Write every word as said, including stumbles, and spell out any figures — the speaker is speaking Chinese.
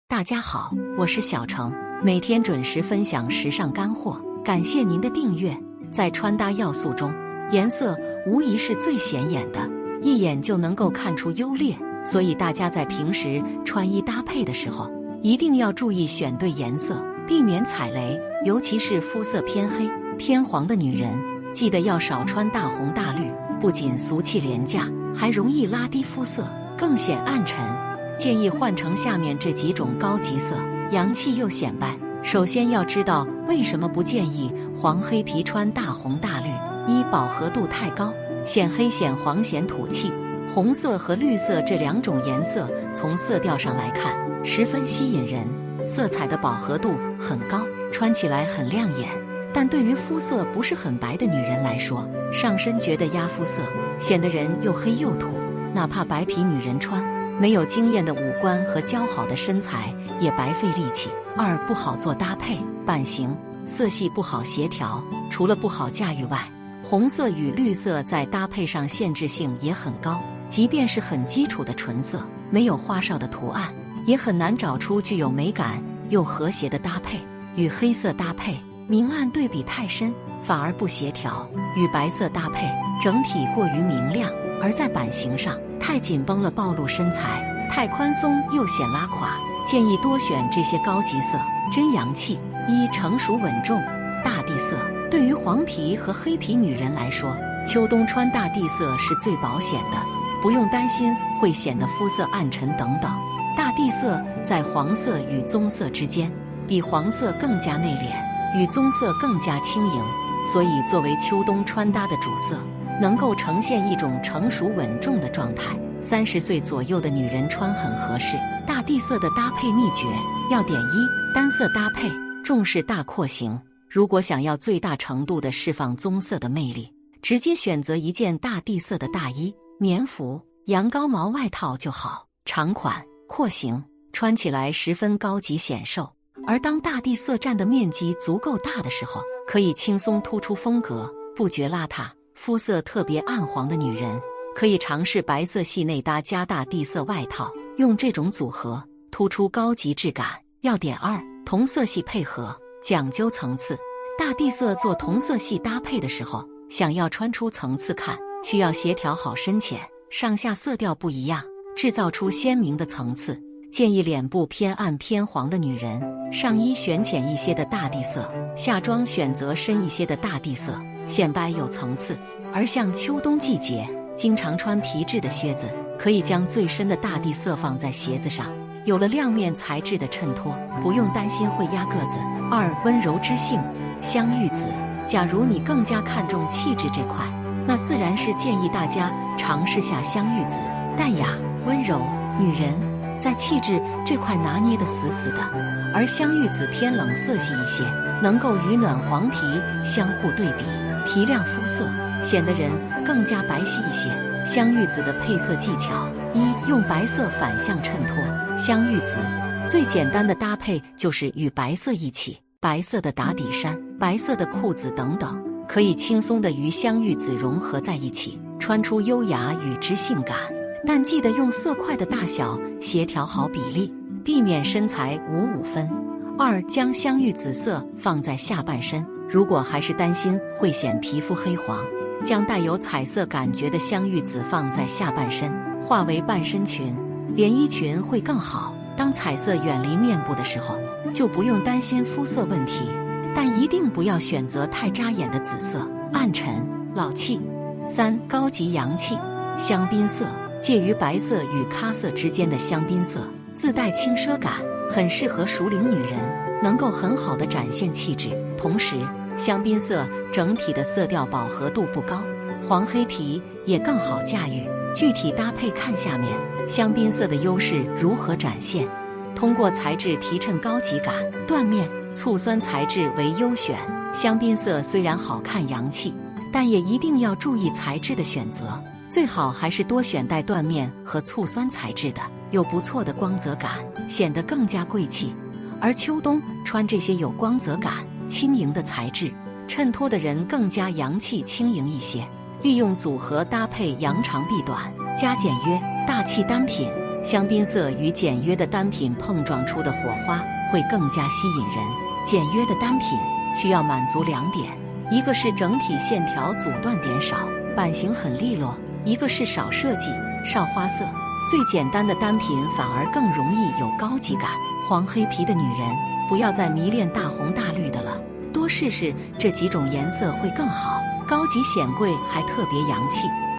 大家好，我是小程，每天准时分享时尚干货，感谢您的订阅。在穿搭要素中，颜色无疑是最显眼的，一眼就能够看出优劣，所以大家在平时穿衣搭配的时候，一定要注意选对颜色，避免踩雷。尤其是肤色偏黑、偏黄的女人，记得要少穿大红大绿，不仅俗气廉价，还容易拉低肤色，更显暗沉。建议换成下面这几种高级色，洋气又显白。首先要知道为什么不建议黄黑皮穿大红大绿：一、饱和度太高，显黑显黄显土气。红色和绿色这两种颜色，从色调上来看十分吸引人，色彩的饱和度很高，穿起来很亮眼。但对于肤色不是很白的女人来说，上身觉得压肤色，显得人又黑又土。哪怕白皮女人穿，没有惊艳的五官和姣好的身材，也白费力气。二、不好做搭配，版型、色系不好协调。除了不好驾驭外，红色与绿色在搭配上限制性也很高，即便是很基础的纯色，没有花哨的图案，也很难找出具有美感又和谐的搭配。与黑色搭配，明暗对比太深，反而不协调；与白色搭配，整体过于明亮，而在版型上太紧绷了，暴露身材；太宽松又显拉垮。建议多选这些高级色，真洋气。一、成熟稳重，大地色。对于黄皮和黑皮女人来说，秋冬穿大地色是最保险的，不用担心会显得肤色暗沉等等。大地色在黄色与棕色之间，比黄色更加内敛，与棕色更加轻盈，所以作为秋冬穿搭的主色，能够呈现一种成熟稳重的状态。三十岁左右的女人穿很合适。大地色的搭配秘诀要点一：单色搭配，重视大廓形。如果想要最大程度地释放棕色的魅力，直接选择一件大地色的大衣、棉服、羊羔毛外套就好，长款、廓形，穿起来十分高级显瘦。而当大地色占的面积足够大的时候，可以轻松突出风格，不觉邋遢。肤色特别暗黄的女人，可以尝试白色系内搭加大地色外套，用这种组合突出高级质感。要点二：同色系配合，讲究层次。大地色做同色系搭配的时候，想要穿出层次感，需要协调好深浅，上下色调不一样，制造出鲜明的层次。建议脸部偏暗偏黄的女人，上衣选浅一些的大地色，下装选择深一些的大地色，显白有层次。而像秋冬季节经常穿皮质的靴子，可以将最深的大地色放在鞋子上，有了亮面材质的衬托，不用担心会压个子。二、温柔知性，香玉紫。假如你更加看重气质这块，那自然是建议大家尝试下香玉紫。淡雅温柔，女人在气质这块拿捏得死死的，而香玉紫偏冷色系一些，能够与暖黄皮相互对比，提亮肤色，显得人更加白皙一些。香玉紫的配色技巧：一、用白色反向衬托。香玉紫最简单的搭配就是与白色一起，白色的打底衫、白色的裤子等等，可以轻松地与香玉紫融合在一起，穿出优雅与之性感。但记得用色块的大小协调好比例，避免身材五五分。二、将香玉紫色放在下半身。如果还是担心会显皮肤黑黄，将带有彩色感觉的香玉紫放在下半身，化为半身裙、连衣裙会更好。当彩色远离面部的时候，就不用担心肤色问题，但一定不要选择太扎眼的紫色，暗沉老气。三、高级洋气，香槟色。介于白色与咖色之间的香槟色，自带轻奢感，很适合熟龄女人，能够很好的展现气质。同时，香槟色整体的色调饱和度不高，黄黑皮也更好驾驭。具体搭配看下面，香槟色的优势如何展现？通过材质提衬高级感，缎面、醋酸材质为优选。香槟色虽然好看洋气，但也一定要注意材质的选择，最好还是多选带缎面和醋酸材质的，有不错的光泽感，显得更加贵气。而秋冬穿这些有光泽感、轻盈的材质，衬托的人更加洋气轻盈一些。利用组合搭配扬长避短，加简约大气单品， 香槟色与简约的单品碰撞出的火花会更加吸引人。简约的单品需要满足两点，一个是整体线条阻断点少，版型很利落；一个是少设计、少花色。最简单的单品反而更容易有高级感。黄黑皮的女人不要再迷恋大红大绿的了，多试试这几种颜色会更好，高级显贵还特别洋气。